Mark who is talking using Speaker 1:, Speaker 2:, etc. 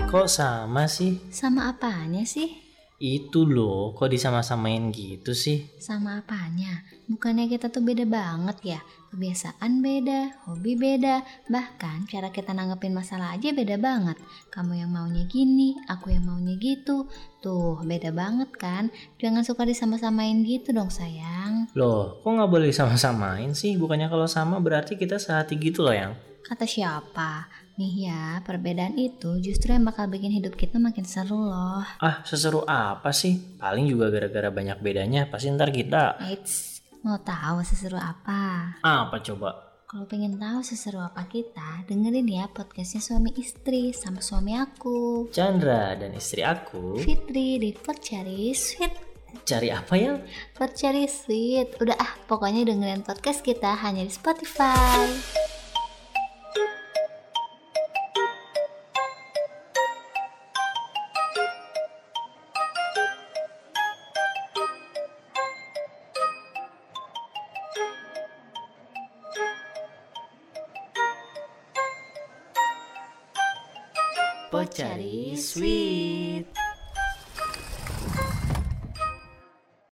Speaker 1: Kok sama sih?
Speaker 2: Sama apanya sih?
Speaker 1: Itu loh, kok disama-samain gitu sih?
Speaker 2: Sama apanya? Bukannya kita tuh beda banget ya? Kebiasaan beda, hobi beda, bahkan cara kita nanggepin masalah aja beda banget. Kamu yang maunya gini, aku yang maunya gitu. Tuh, beda banget kan? Jangan suka disama-samain gitu dong sayang.
Speaker 1: Loh, kok nggak boleh disama-samain sih? Bukannya kalau sama berarti kita sehati gitu loh yang?
Speaker 2: Kata siapa? Nih ya, perbedaan itu justru yang bakal bikin hidup kita makin seru loh.
Speaker 1: Ah, seseru apa sih? Paling juga gara-gara banyak bedanya, pasti ntar kita...
Speaker 2: Eits, mau tahu seseru apa?
Speaker 1: Apa coba?
Speaker 2: Kalau pengen tahu seseru apa kita, dengerin ya podcastnya Suami Istri sama suami aku,
Speaker 1: Chandra dan istri aku
Speaker 2: Fitri di Percari Sweet.
Speaker 1: cari apa yang?
Speaker 2: Percari Sweet. Udah pokoknya dengerin podcast kita hanya di Spotify.
Speaker 1: Percari Sweet.